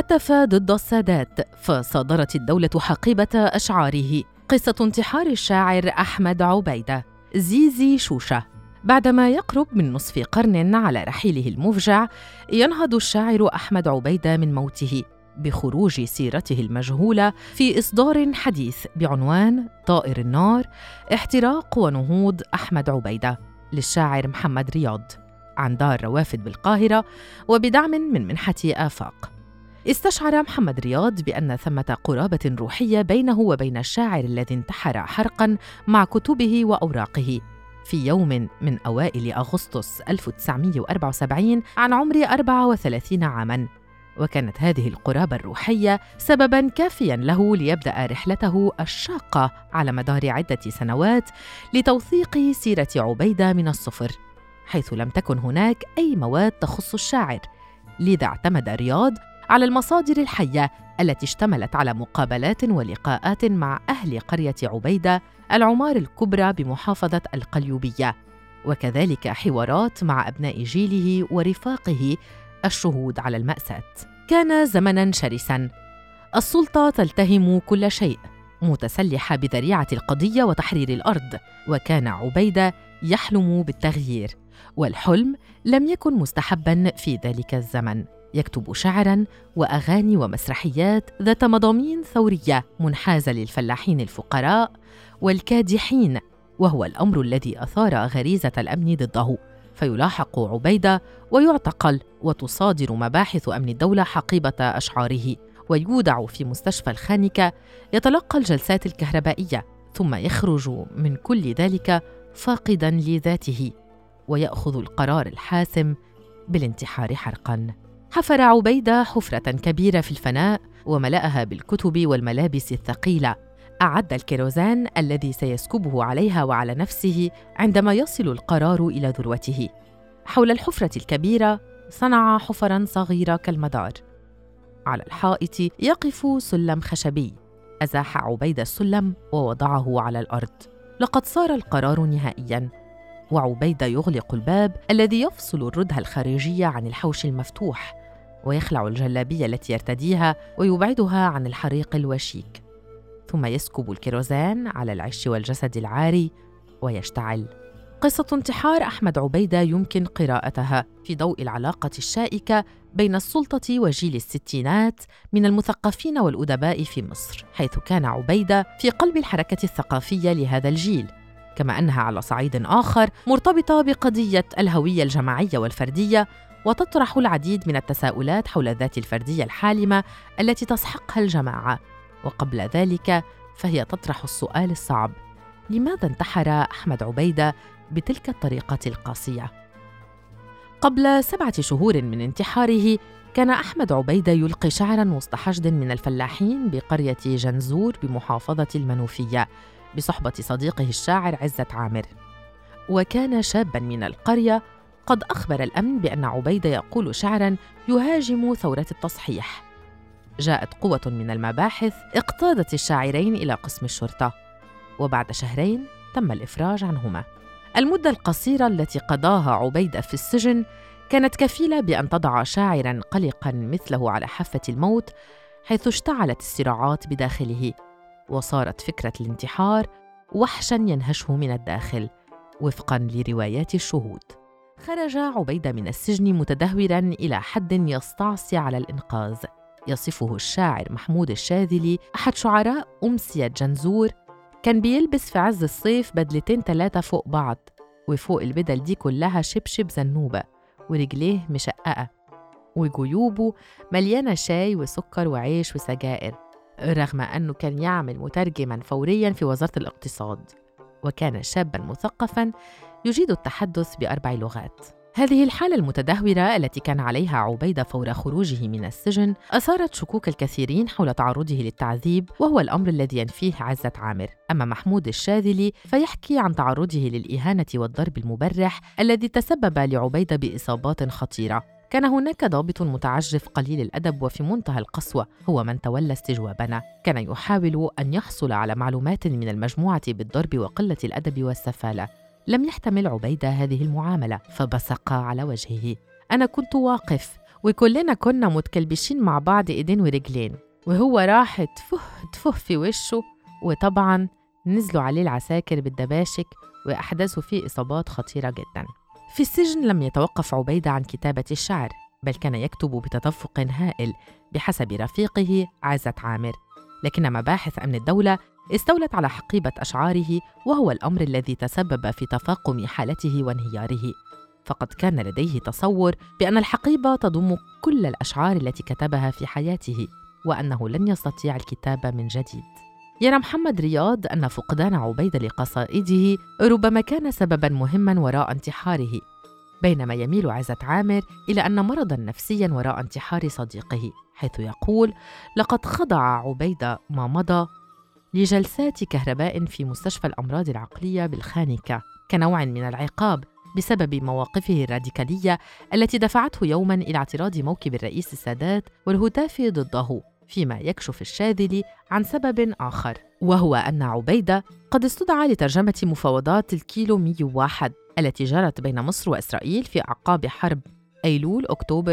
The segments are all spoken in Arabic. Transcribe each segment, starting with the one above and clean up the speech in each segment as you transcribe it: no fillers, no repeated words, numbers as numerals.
هتف ضد السادات فصادرت الدولة حقيبة أشعاره. قصة انتحار الشاعر أحمد عبيدة. زيزي شوشة. بعدما يقرب من نصف قرن على رحيله المفجع، ينهض الشاعر أحمد عبيدة من موته بخروج سيرته المجهولة في إصدار حديث بعنوان طائر النار: احتراق ونهوض أحمد عبيدة للشاعر محمد رياض، عن دار روافد بالقاهرة وبدعم من منحة آفاق. استشعر محمد رياض بأن ثمة قرابة روحية بينه وبين الشاعر الذي انتحر حرقاً مع كتبه وأوراقه في يوم من أوائل أغسطس 1974 عن عمر 34 عاماً، وكانت هذه القرابة الروحية سبباً كافياً له ليبدأ رحلته الشاقة على مدار عدة سنوات لتوثيق سيرة عبيدة من الصفر، حيث لم تكن هناك أي مواد تخص الشاعر. لذا اعتمد رياض على المصادر الحية التي اشتملت على مقابلات ولقاءات مع أهل قرية عبيدة العمار الكبرى بمحافظة القليوبية، وكذلك حوارات مع أبناء جيله ورفاقه الشهود على المأساة. كان زمناً شرساً، السلطة تلتهم كل شيء، متسلحة بذريعة القضية وتحرير الأرض، وكان عبيدة يحلم بالتغيير، والحلم لم يكن مستحباً في ذلك الزمن. يكتب شعراً وأغاني ومسرحيات ذات مضامين ثورية منحازة للفلاحين الفقراء والكادحين، وهو الأمر الذي أثار غريزة الأمن ضده، فيلاحق عبيدة ويعتقل، وتصادر مباحث أمن الدولة حقيبة أشعاره، ويودع في مستشفى الخانكة يتلقى الجلسات الكهربائية، ثم يخرج من كل ذلك فاقداً لذاته، ويأخذ القرار الحاسم بالانتحار حرقاً. حفر عبيدة حفرة كبيرة في الفناء وملأها بالكتب والملابس الثقيلة. أعد الكيروزان الذي سيسكبه عليها وعلى نفسه عندما يصل القرار إلى ذروته. حول الحفرة الكبيرة صنع حفراً صغيرة كالمدار. على الحائط يقف سلم خشبي. أزاح عبيدة السلم ووضعه على الأرض. لقد صار القرار نهائياً، وعبيدة يغلق الباب الذي يفصل الردهة الخارجية عن الحوش المفتوح، ويخلع الجلابية التي يرتديها ويبعدها عن الحريق الوشيك، ثم يسكب الكيروزان على العش والجسد العاري ويشتعل. قصة انتحار أحمد عبيدة يمكن قراءتها في ضوء العلاقة الشائكة بين السلطة وجيل الستينات من المثقفين والأدباء في مصر، حيث كان عبيدة في قلب الحركة الثقافية لهذا الجيل، كما أنها على صعيد آخر مرتبطة بقضية الهوية الجماعية والفردية، وتطرح العديد من التساؤلات حول الذات الفردية الحالمة التي تسحقها الجماعة. وقبل ذلك فهي تطرح السؤال الصعب: لماذا انتحر أحمد عبيدة بتلك الطريقة القاسية؟ قبل 7 شهور من انتحاره، كان أحمد عبيدة يلقي شعراً وسط حشد من الفلاحين بقرية جنزور بمحافظة المنوفية بصحبة صديقه الشاعر عزة عامر. وكان شاباً من القرية قد أخبر الأمن بأن عبيدة يقول شعراً يهاجم ثورة التصحيح. جاءت قوة من المباحث اقتادت الشاعرين إلى قسم الشرطة، وبعد 2 شهور تم الإفراج عنهما. المدة القصيرة التي قضاها عبيدة في السجن كانت كفيلة بأن تضع شاعراً قلقاً مثله على حافة الموت، حيث اشتعلت الصراعات بداخله، وصارت فكرة الانتحار وحشاً ينهشه من الداخل وفقاً لروايات الشهود. خرج عبيدة من السجن متدهوراً إلى حد يستعصي على الإنقاذ. يصفه الشاعر محمود الشاذلي، أحد شعراء أمسية جنزور، كان بيلبس في عز الصيف 2 3 فوق بعض، وفوق البدل دي كلها شبشب زنوبة، ورجليه مشققة، وجيوبه مليانة شاي وسكر وعيش وسجائر، رغم أنه كان يعمل مترجماً فورياً في وزارة الاقتصاد، وكان شاباً مثقفاً يجيد التحدث ب4 لغات. هذه الحالة المتدهورة التي كان عليها عبيدة فور خروجه من السجن أثارت شكوك الكثيرين حول تعرضه للتعذيب، وهو الأمر الذي ينفيه عزة عامر. أما محمود الشاذلي فيحكي عن تعرضه للإهانة والضرب المبرح الذي تسبب لعبيدة بإصابات خطيرة. كان هناك ضابط متعجرف قليل الأدب وفي منتهى القسوة هو من تولى استجوابنا. كان يحاول أن يحصل على معلومات من المجموعة بالضرب وقلة الأدب والسفالة. لم يحتمل عبيدة هذه المعاملة فبصق على وجهه. أنا كنت واقف وكلنا كنا متكلبشين مع بعض إيدين ورجلين، وهو راح تفه في وشه، وطبعاً نزلوا عليه العساكر بالدباشك وأحدثوا فيه إصابات خطيرة جداً. في السجن لم يتوقف عبيدة عن كتابة الشعر، بل كان يكتب بتدفق هائل بحسب رفيقه عزت عامر، لكن مباحث أمن الدولة استولت على حقيبة أشعاره، وهو الأمر الذي تسبب في تفاقم حالته وانهياره، فقد كان لديه تصور بأن الحقيبة تضم كل الأشعار التي كتبها في حياته، وأنه لن يستطيع الكتابة من جديد. يرى محمد رياض أن فقدان عبيدة لقصائده ربما كان سبباً مهماً وراء انتحاره، بينما يميل عزت عامر إلى أن مرضاً نفسياً وراء انتحار صديقه، حيث يقول: لقد خضع عبيدة ما مضى لجلسات كهرباء في مستشفى الأمراض العقلية بالخانقة كنوع من العقاب بسبب مواقفه الراديكالية التي دفعته يوماً إلى اعتراض موكب الرئيس السادات والهتاف ضده، فيما يكشف الشاذلي عن سبب آخر، وهو أن عبيدة قد استدعى لترجمة مفاوضات الكيلو 101 التي جرت بين مصر وإسرائيل في أعقاب حرب أيلول-أكتوبر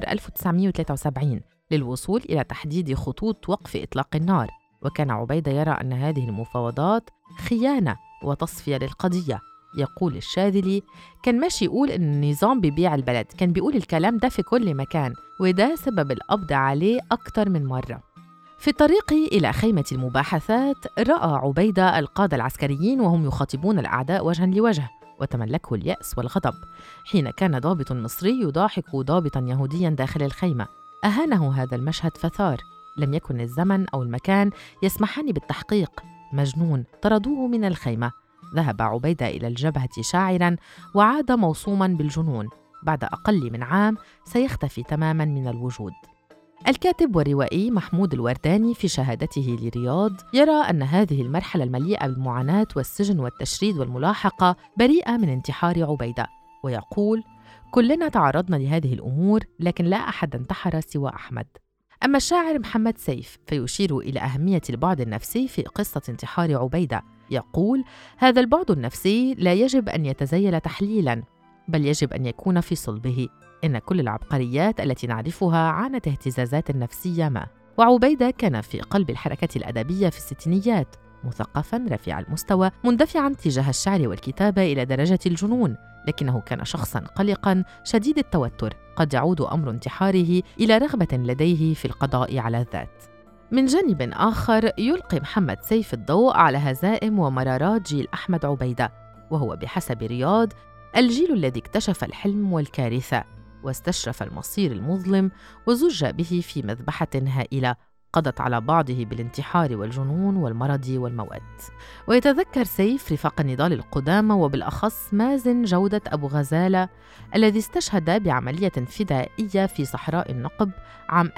1973 للوصول إلى تحديد خطوط وقف إطلاق النار. وكان عبيدة يرى أن هذه المفاوضات خيانة وتصفية للقضية. يقول الشاذلي: كان ماشي يقول إن النظام بيبيع البلد، كان بيقول الكلام ده في كل مكان، وده سبب القبض عليه أكتر من مرة. في طريقه إلى خيمة المباحثات رأى عبيدة القادة العسكريين وهم يخاطبون الأعداء وجهاً لوجه، وتملكه اليأس والغضب حين كان ضابط مصري يضاحك ضابطاً يهودياً داخل الخيمة. أهانه هذا المشهد فثار: لم يكن الزمن أو المكان يسمحان بالتحقيق. مجنون، طردوه من الخيمة. ذهب عبيدة إلى الجبهة شاعراً وعاد موصوماً بالجنون. بعد أقل من عام سيختفي تماماً من الوجود. الكاتب والروائي محمود الورداني في شهادته لرياض يرى أن هذه المرحلة المليئة بالمعاناة والسجن والتشريد والملاحقة بريئة من انتحار عبيدة، ويقول: كلنا تعرضنا لهذه الأمور، لكن لا أحد انتحر سوى أحمد. أما الشاعر محمد سيف فيشير إلى أهمية البعد النفسي في قصة انتحار عبيدة. يقول: هذا البعد النفسي لا يجب أن يتزيل تحليلاً، بل يجب أن يكون في صلبه. إن كل العبقريات التي نعرفها عانت اهتزازات نفسية ما، وعبيدة كان في قلب الحركة الأدبية في الستينيات، مثقفاً رفيع المستوى، مندفعاً تجاه الشعر والكتابة إلى درجة الجنون، لكنه كان شخصاً قلقاً شديد التوتر، قد يعود أمر انتحاره إلى رغبة لديه في القضاء على الذات. من جانب آخر يلقي محمد سيف الضوء على هزائم ومرارات جيل أحمد عبيدة، وهو بحسب رياض الجيل الذي اكتشف الحلم والكارثة واستشرف المصير المظلم وزج به في مذبحة هائلة قضت على بعضه بالانتحار والجنون والمرض والموت. ويتذكر سيف رفاق النضال القدامى، وبالأخص مازن جودة أبو غزالة الذي استشهد بعملية فدائية في صحراء النقب عام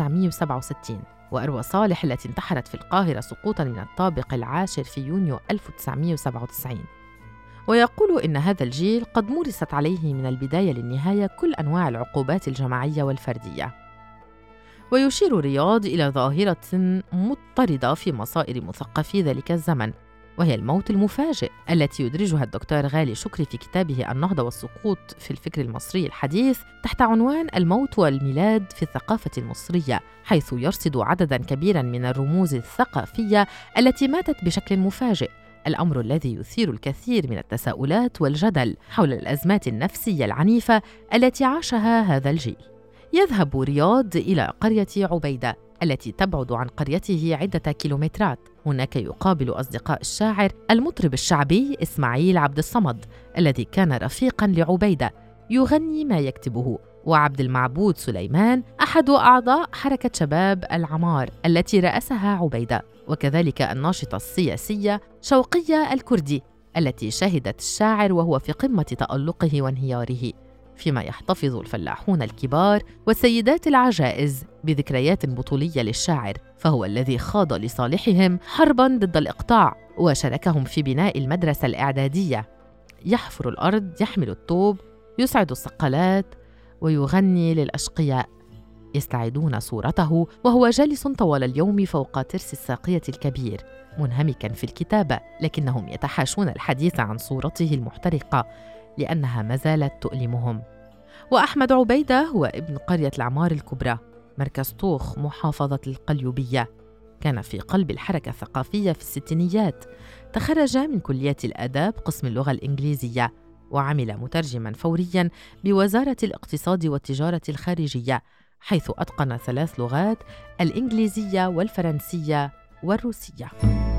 1967، وأروى صالح التي انتحرت في القاهرة سقوطاً من الطابق العاشر في يونيو 1997. ويقول إن هذا الجيل قد مورست عليه من البداية للنهاية كل أنواع العقوبات الجماعية والفردية. ويشير رياض إلى ظاهرة مضطردة في مصائر مثقفي ذلك الزمن، وهي الموت المفاجئ التي يدرجها الدكتور غالي شكري في كتابه النهضة والسقوط في الفكر المصري الحديث تحت عنوان الموت والميلاد في الثقافة المصرية، حيث يرصد عدداً كبيراً من الرموز الثقافية التي ماتت بشكل مفاجئ، الأمر الذي يثير الكثير من التساؤلات والجدل حول الأزمات النفسية العنيفة التي عاشها هذا الجيل. يذهب رياض إلى قرية عبيدة التي تبعد عن قريته عدة كيلومترات. هناك يقابل أصدقاء الشاعر المطرب الشعبي إسماعيل عبد الصمد الذي كان رفيقاً لعبيدة يغني ما يكتبه، وعبد المعبود سليمان أحد أعضاء حركة شباب العمار التي رأسها عبيدة، وكذلك الناشطة السياسية شوقية الكردي التي شهدت الشاعر وهو في قمة تألقه وانهياره، فيما يحتفظ الفلاحون الكبار والسيدات العجائز بذكريات بطولية للشاعر، فهو الذي خاض لصالحهم حرباً ضد الإقطاع وشاركهم في بناء المدرسة الإعدادية. يحفر الأرض، يحمل الطوب، يسعد الصقلات ويغني للأشقياء. يستعيدون صورته وهو جالس طوال اليوم فوق ترس الساقية الكبير منهمكاً في الكتابة، لكنهم يتحاشون الحديث عن صورته المحترقة لأنها ما زالت تؤلمهم. وأحمد عبيدة هو ابن قرية العمار الكبرى، مركز طوخ، محافظة القليوبية. كان في قلب الحركة الثقافية في الستينيات. تخرج من كلية الآداب قسم اللغة الإنجليزية، وعمل مترجماً فورياً بوزارة الاقتصاد والتجارة الخارجية، حيث أتقن 3 لغات: الإنجليزية والفرنسية والروسية.